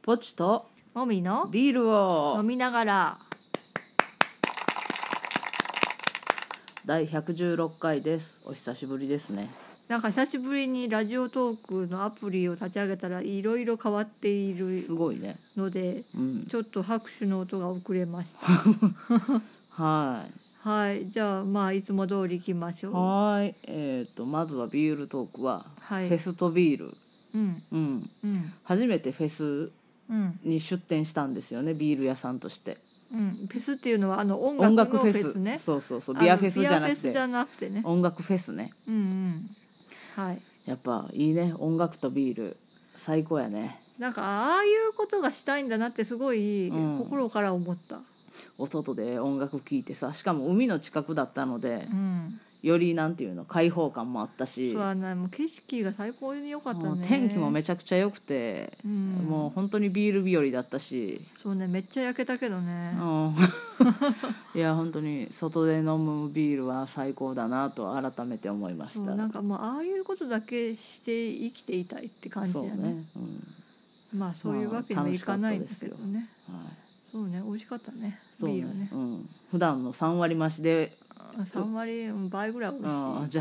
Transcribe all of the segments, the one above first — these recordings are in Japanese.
ポチともみのビールを飲みながら第116回です。お久しぶりですね。 なんか久しぶりにラジオトークのアプリを立ち上げたらいろいろ変わっているすごいね、 ので、ちょっと拍手の音が遅れましたはい、 じゃあまあいつも通り行きましょう。 はい、まずはビールトークは、 はい、 フェスとビール、初めてフェスに出店したんですよね、ビール屋さんとして。 フェスっていうのは音楽のフェスね。 そうビアフェスじゃなくてね、 音楽フェスね。 はい、 やっぱいいね、音楽とビール最高やね。 なんかああいうことがしたいんだなってすごい心から思った、 お外で音楽聴いてさ、しかも海の近くだったので、よりなんていうの、開放感もあったし、 そうね、もう景色が最高に良かったね。 天気もめちゃくちゃ良くて、もう本当にビール日和だったし。 そうね、めっちゃ焼けたけどね、 いや本当に外で飲むビールは最高だなと改めて思いました。 そうなんかもうああいうことだけして生きていたいって感じだね。そうね、まあそういうわけにもいかないんだけどね、そうね、美味しかったね、ビールね。 普段の3割増しで 3割倍ぐらい美味しい。 じゃあ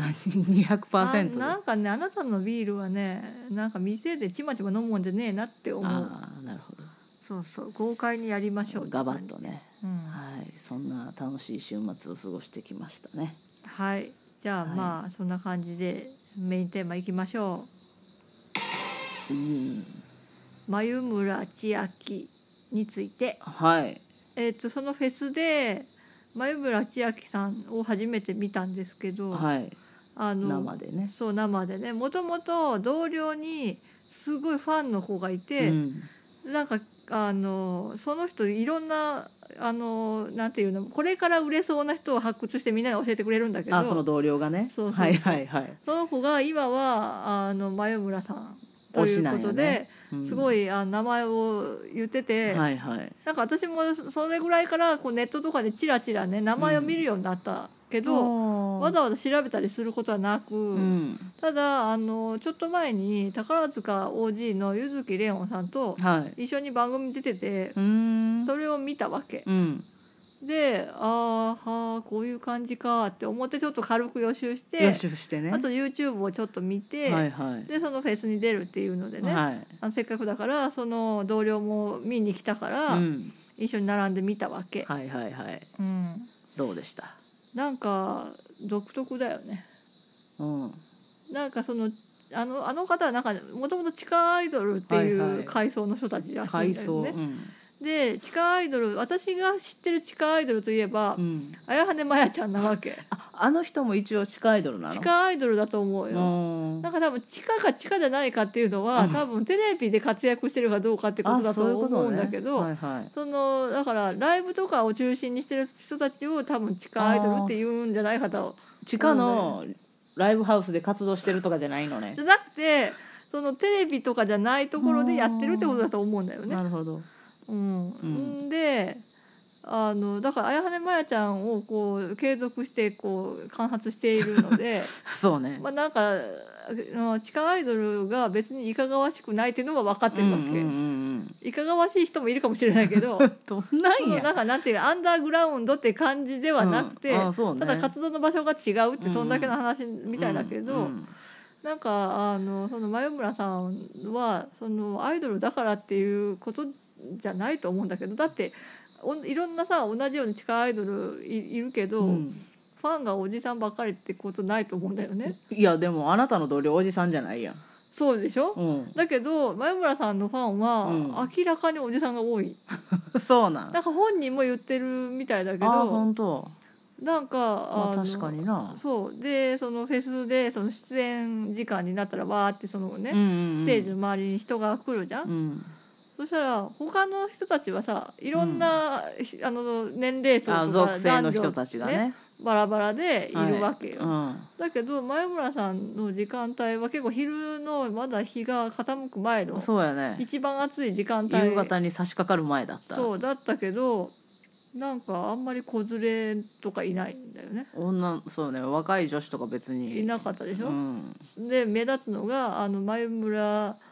200% で。 なんかね、あなたのビールはね、なんか店でちまちま飲むんじゃねえなって思う。 なるほど。 そう豪快にやりましょう。 ガバッとね、そんな楽しい週末を過ごしてきましたね。 はい、じゃあまあそんな感じでメインテーマいきましょう。眉村千秋について。そのフェスで眉村千秋さんを初めて見たんですけど、 生でね。 そう生でね、もともと同僚にすごいファンの子がいて、なんかその人いろんななんていうの、これから売れそうな人を発掘してみんなに教えてくれるんだけど、 その同僚がね、その子が今は眉村さんということで、すごい名前を言ってて、なんか私もそれぐらいからこうネットとかでチラチラね名前を見るようになったけど、わざわざ調べたりすることはなく、ただちょっと前に宝塚 OG の柚木玲音さんと一緒に番組出てて、それを見たわけ、でこういう感じかって思ってちょっと軽く予習して、ね、あと YouTube をちょっと見て、でそのフェスに出るっていうのでね、せっかくだからその同僚も見に来たから、一緒に並んで見たわけ。どうでした？なんか独特だよね。なんかそのあの方はなんかもともと地下アイドルっていう階層の人たちらしいんだよね。で地下アイドル、私が知ってる地下アイドルといえば、綾羽まやちゃんなわけ。 あの人も一応地下アイドルなの？地下アイドルだと思うよ。なんか多分地下か地下じゃないかっていうのは、多分テレビで活躍してるかどうかってことだと思うんだけど、そのだからライブとかを中心にしてる人たちを多分地下アイドルって言うんじゃないかと。 地下のライブハウスで活動してるとかじゃないのね。 じゃなくて、そのテレビとかじゃないところでやってるってことだと思うんだよね。 なるほど。 でだから綾羽まやちゃんをこう継続してこう観察しているのでそうね、 なんか地下アイドルが別にいかがわしくないっていうのは分かってるわけ、いかがわしい人もいるかもしれないけどどんなんや、 なんていうアンダーグラウンドって感じではなくて、ただ活動の場所が違うってそんだけの話みたいだけど、なんかその眉村さんはそのアイドルだからっていうことじゃないと思うんだけど、だっていろんなさ同じように地下アイドル いるけど、ファンがおじさんばっかりってことないと思うんだよね。 いやでもあなたの同僚おじさんじゃないやん。 そうでしょ、だけど眉村さんのファンは明らかにおじさんが多いそうなんか本人も言ってるみたいだけど、 本当なんか確かにな。 そうでそのフェスでその出演時間になったらわーってそのね、ステージの周りに人が来るじゃん、そしたら他の人たちはさいろんな、年齢層とか属性の人たちがねバラバラでいるわけよ、だけど眉村さんの時間帯は結構昼のまだ日が傾く前の、 そうやね、 一番暑い時間帯、 夕方に差し掛かる前だった。 そうだったけどなんかあんまり子連れとかいないんだよね。 そうね、若い女子とか別にいなかったでしょ、で目立つのが眉村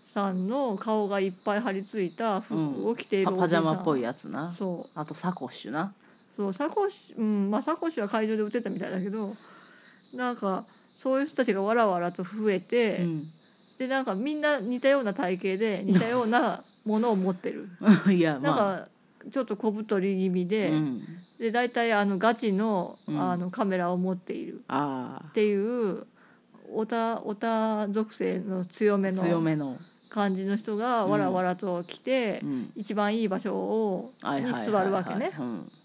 さんの顔がいっぱい貼り付いた服を着ているパジャマっぽいやつな。 そうあとサコッシュな。 そうサコッシュ、まあサコッシュは会場で売ってたみたいだけど、なんかそういう人たちがわらわらと増えて、でなんかみんな似たような体型で似たようなものを持ってるいや、なんかちょっと小太り気味で、で大体ガチの、カメラを持っているっていうオタ属性の強めの感じの人がわらわらと来て、一番いい場所に座るわけね。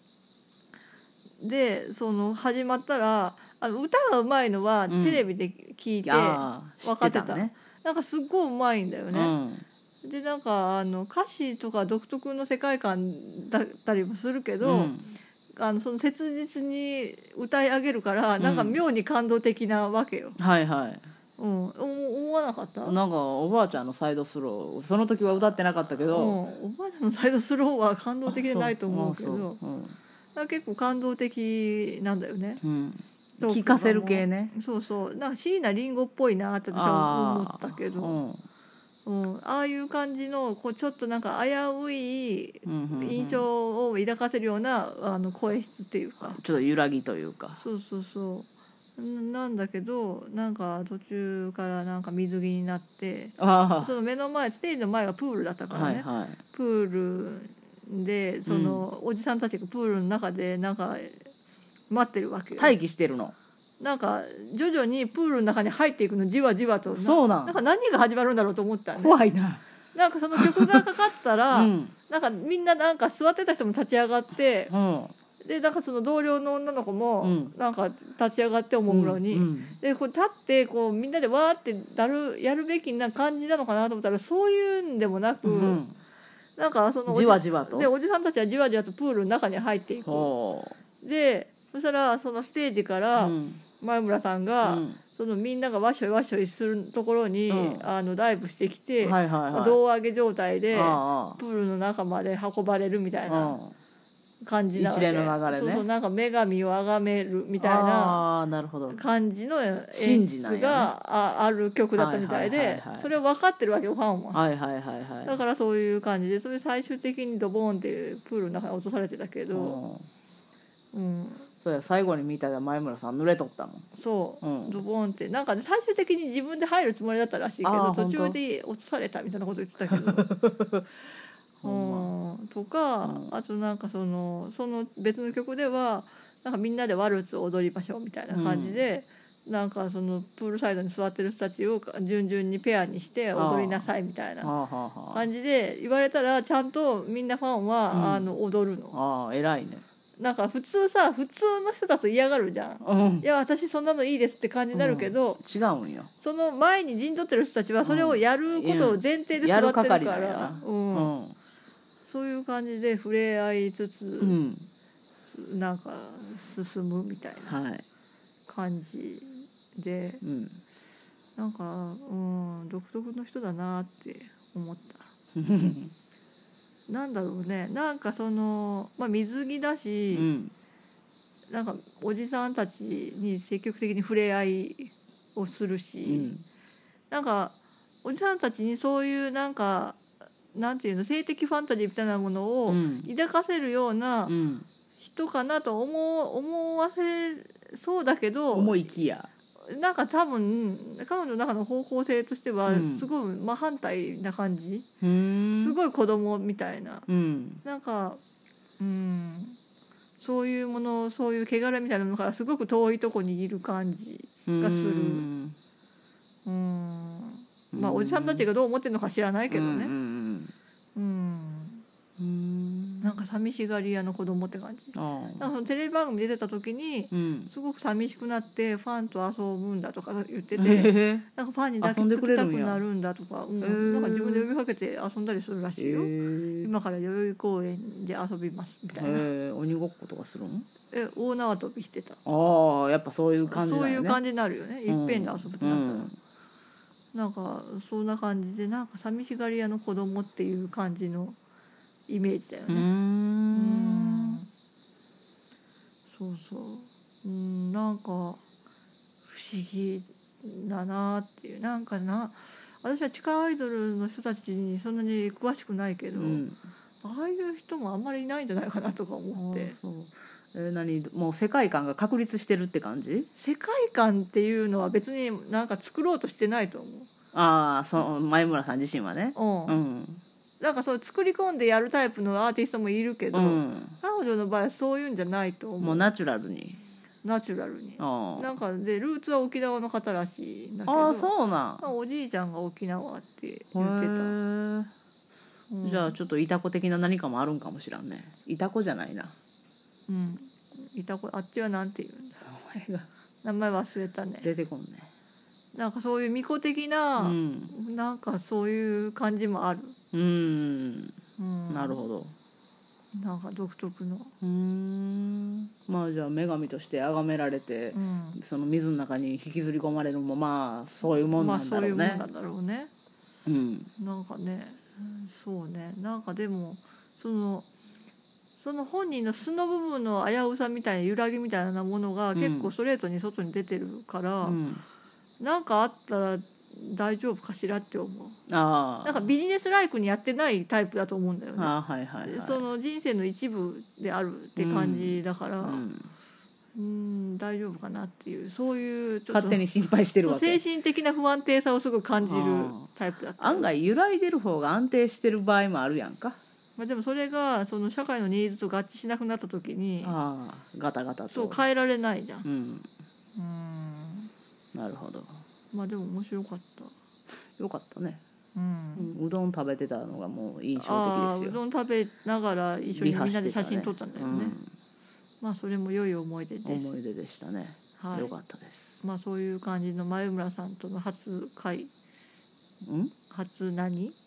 でその始まったら歌がうまいのはテレビで聞いて分かってた、なんかすっごいうまいんだよね。でなんか歌詞とか独特の世界観だったりもするけど、その切実に歌い上げるからなんか妙に感動的なわけよ。はいはい。思わなかった？ なんかおばあちゃんのサイドスローその時は歌ってなかったけど、 おばあちゃんのサイドスローは感動的でないと思うけど、結構感動的なんだよね。 聴かせる系ね。 そうそうなんか椎名林檎っぽいなって私は思ったけど、ああいう感じのこうちょっとなんか危うい印象を抱かせるような声質っていうか、 ちょっと揺らぎというか、 そうそうそうなんだけど、なんか途中からなんか水着になって、その目の前ステージの前がプールだったからね、プールでそのおじさんたちがプールの中でなんか待ってるわけよ。 待機してるの。 なんか徐々にプールの中に入っていくのじわじわと。 そうなんか何が始まるんだろうと思ったんで。 怖いな。 なんかその曲がかかったら、なんかみんななんか座ってた人も立ち上がって、でなんかその同僚の女の子もなんか立ち上がっておもむろに、でこう立ってこうみんなでわーってやるべきな感じなのかなと思ったらそういうんでもなく、なんかそのじわじわとでおじさんたちはじわじわとプールの中に入っていく。でそしたらそのステージから前村さんが、そのみんながわっしょいわっしょいするところに、ダイブしてきて、胴上げ状態でプールの中まで運ばれるみたいな感じなわけ。 一連の流れね。 そうそうなんか女神を崇めるみたいな感じの演出がある曲だったみたいで、それを分かってるわけよファンは。だからそういう感じで、それ最終的にドボーンってプールの中に落とされてたけど、 そうや最後に見たら前村さん濡れとったもん。 そう、ドボンってなんか、ね、最終的に自分で入るつもりだったらしいけど途中で落とされたみたいなこと言ってたけどとか、あとなんかその別の曲ではなんかみんなでワルツを踊りましょうみたいな感じで、なんかそのプールサイドに座ってる人たちを順々にペアにして踊りなさいみたいな感じで言われたらちゃんとみんなファンは、踊るの。 偉いね。 なんか普通の人だと嫌がるじゃん、いや私そんなのいいですって感じになるけど、 違うんよ。 その前に陣取ってる人たちはそれをやることを前提で座ってるから、そういう感じで触れ合いつつ、なんか進むみたいな感じで、なんか、独特の人だなって思ったなんだろうね、なんかその、水着だし、なんかおじさんたちに積極的に触れ合いをするし、なんかおじさんたちにそういうなんかなんていうの、性的ファンタジーみたいなものを抱かせるような人かなと思わせそうだけど、 思いきやなんか多分彼女の中の方向性としてはすごい真反対な感じ、すごい子供みたいな、なんかそういうもの、そういう汚れみたいなのからすごく遠いとこにいる感じがする。おじさんたちがどう思ってるのか知らないけどね。なんか寂しがり屋の子供って感じ。なんかそのテレビ番組出てた時に、すごく寂しくなってファンと遊ぶんだとか言ってて、なんかファンに抱きつきたくなるんだとか、なんか自分で呼びかけて遊んだりするらしいよ。今から代々木公園で遊びますみたいな。 鬼ごっことかするの？ 大縄跳びしてた。 やっぱそういう感じだよね。 そういう感じになるよね。いっぺんで遊ぶってなったら。なんかそんな感じで、なんか寂しがり屋の子供っていう感じのイメージだよね。そうそう、なんか不思議だなっていう、なんか私は地下アイドルの人たちにそんなに詳しくないけど、ああいう人もあんまりいないんじゃないかなとか思って。 何もう世界観が確立してるって感じ？ 世界観っていうのは別になんか作ろうとしてないと思う。 前村さん自身はね。 なんかそう作り込んでやるタイプのアーティストもいるけど、彼女の場合はそういうんじゃないと思う。 もうナチュラルになんかでルーツは沖縄の方らしいんだけど、 そうなん。 おじいちゃんが沖縄って言ってた。 じゃあちょっとイタコ的な何かもあるんかもしらんね。イタコじゃないな。 イタコ、あっちはなんて言うんだ。名前忘れたね。 出てこんね。 なんかそういう巫女的な、なんかそういう感じもある。 なるほど。 なんか独特の。 まあじゃあ女神として崇められて、その水の中に引きずり込まれるのもまあそういうもんなんだろうね。 そういうもんなんだろうね。なんかね、そうね、なんかでもその本人の素の部分の危うさみたいな揺らぎみたいなものが結構ストレートに外に出てるから、なんかあったら大丈夫かしらって思う。なんかビジネスライクにやってないタイプだと思うんだよね。その人生の一部であるって感じだから、大丈夫かなっていう、そういうちょっと勝手に心配してるわけ。 精神的な不安定さをすごい感じるタイプだった。 案外揺らいでる方が安定してる場合もあるやんか。 でもそれがその社会のニーズと合致しなくなった時にガタガタとそう変えられないじゃん。なるほど。 まあでも面白かった。 よかったね。うどん食べてたのがもう印象的ですよ。 うどん食べながら一緒にみんなで写真撮ったんだよね。まあそれも良い思い出です。 思い出でしたね。よかったです。 まあそういう感じの前村さんとの初会。初何？